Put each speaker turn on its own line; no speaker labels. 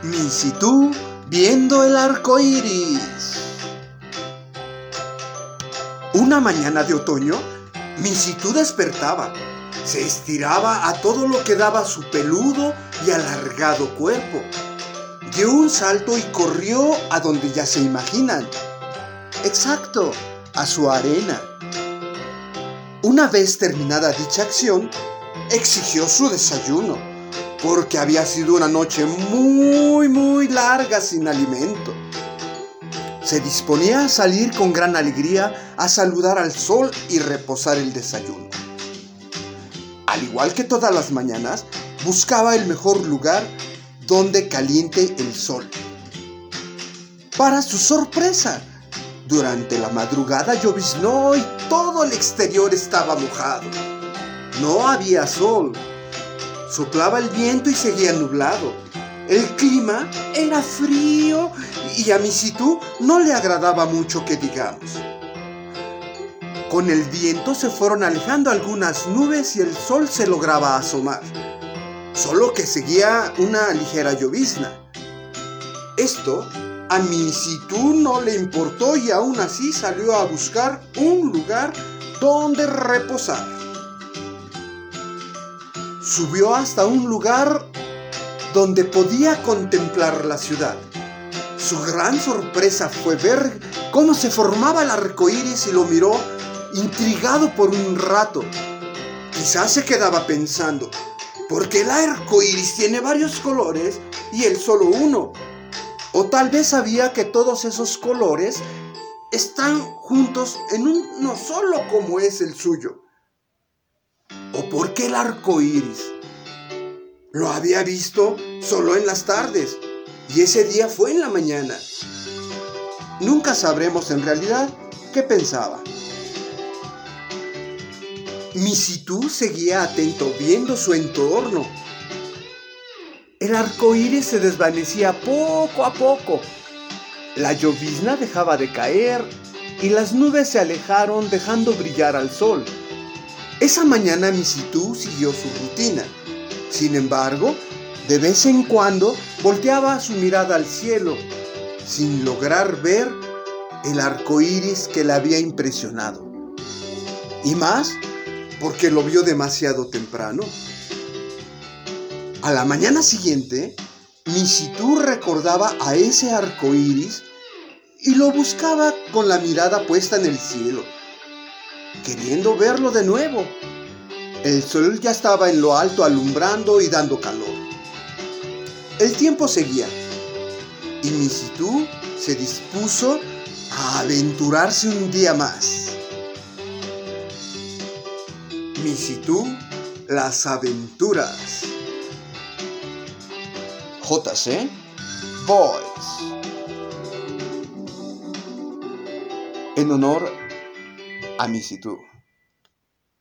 Misitú viendo el arco iris. Una mañana de otoño, Misitú despertaba. Se estiraba a todo lo que daba su peludo y alargado cuerpo. Dio un salto y corrió a donde ya se imaginan. Exacto, a su arena. Una vez terminada dicha acción, exigió su desayuno, porque había sido una noche muy larga sin alimento. Se disponía a salir con gran alegría a saludar al sol y reposar el desayuno. Al igual que todas las mañanas, buscaba el mejor lugar donde caliente el sol. Para su sorpresa, durante la madrugada lloviznó y todo el exterior estaba mojado. No había sol. Soplaba el viento y seguía nublado. El clima era frío y a Misitú no le agradaba mucho que digamos. Con el viento se fueron alejando algunas nubes y el sol se lograba asomar. Solo que seguía una ligera llovizna. Esto a Misitú no le importó y aún así salió a buscar un lugar donde reposar. Subió hasta un lugar donde podía contemplar la ciudad. Su gran sorpresa fue ver cómo se formaba el arco iris y lo miró intrigado por un rato. Quizás se quedaba pensando, ¿por qué el arco iris tiene varios colores y él solo uno? O tal vez sabía que todos esos colores están juntos en uno solo como es el suyo. ¿O por qué el arco iris lo había visto solo en las tardes y ese día fue en la mañana? Nunca sabremos en realidad qué pensaba. Misitú seguía atento viendo su entorno. El arco iris se desvanecía poco a poco. La llovizna dejaba de caer y las nubes se alejaron dejando brillar al sol. Esa mañana Misitú siguió su rutina. Sin embargo, de vez en cuando volteaba su mirada al cielo, sin lograr ver el arco iris que le había impresionado. Y más, porque lo vio demasiado temprano. A la mañana siguiente, Misitú recordaba a ese arco iris y lo buscaba con la mirada puesta en el cielo, queriendo verlo de nuevo. El sol ya estaba en lo alto alumbrando y dando calor. El tiempo seguía y Misitú se dispuso a aventurarse un día más. Misitú, las aventuras. JC Boys. En honor a Misitú.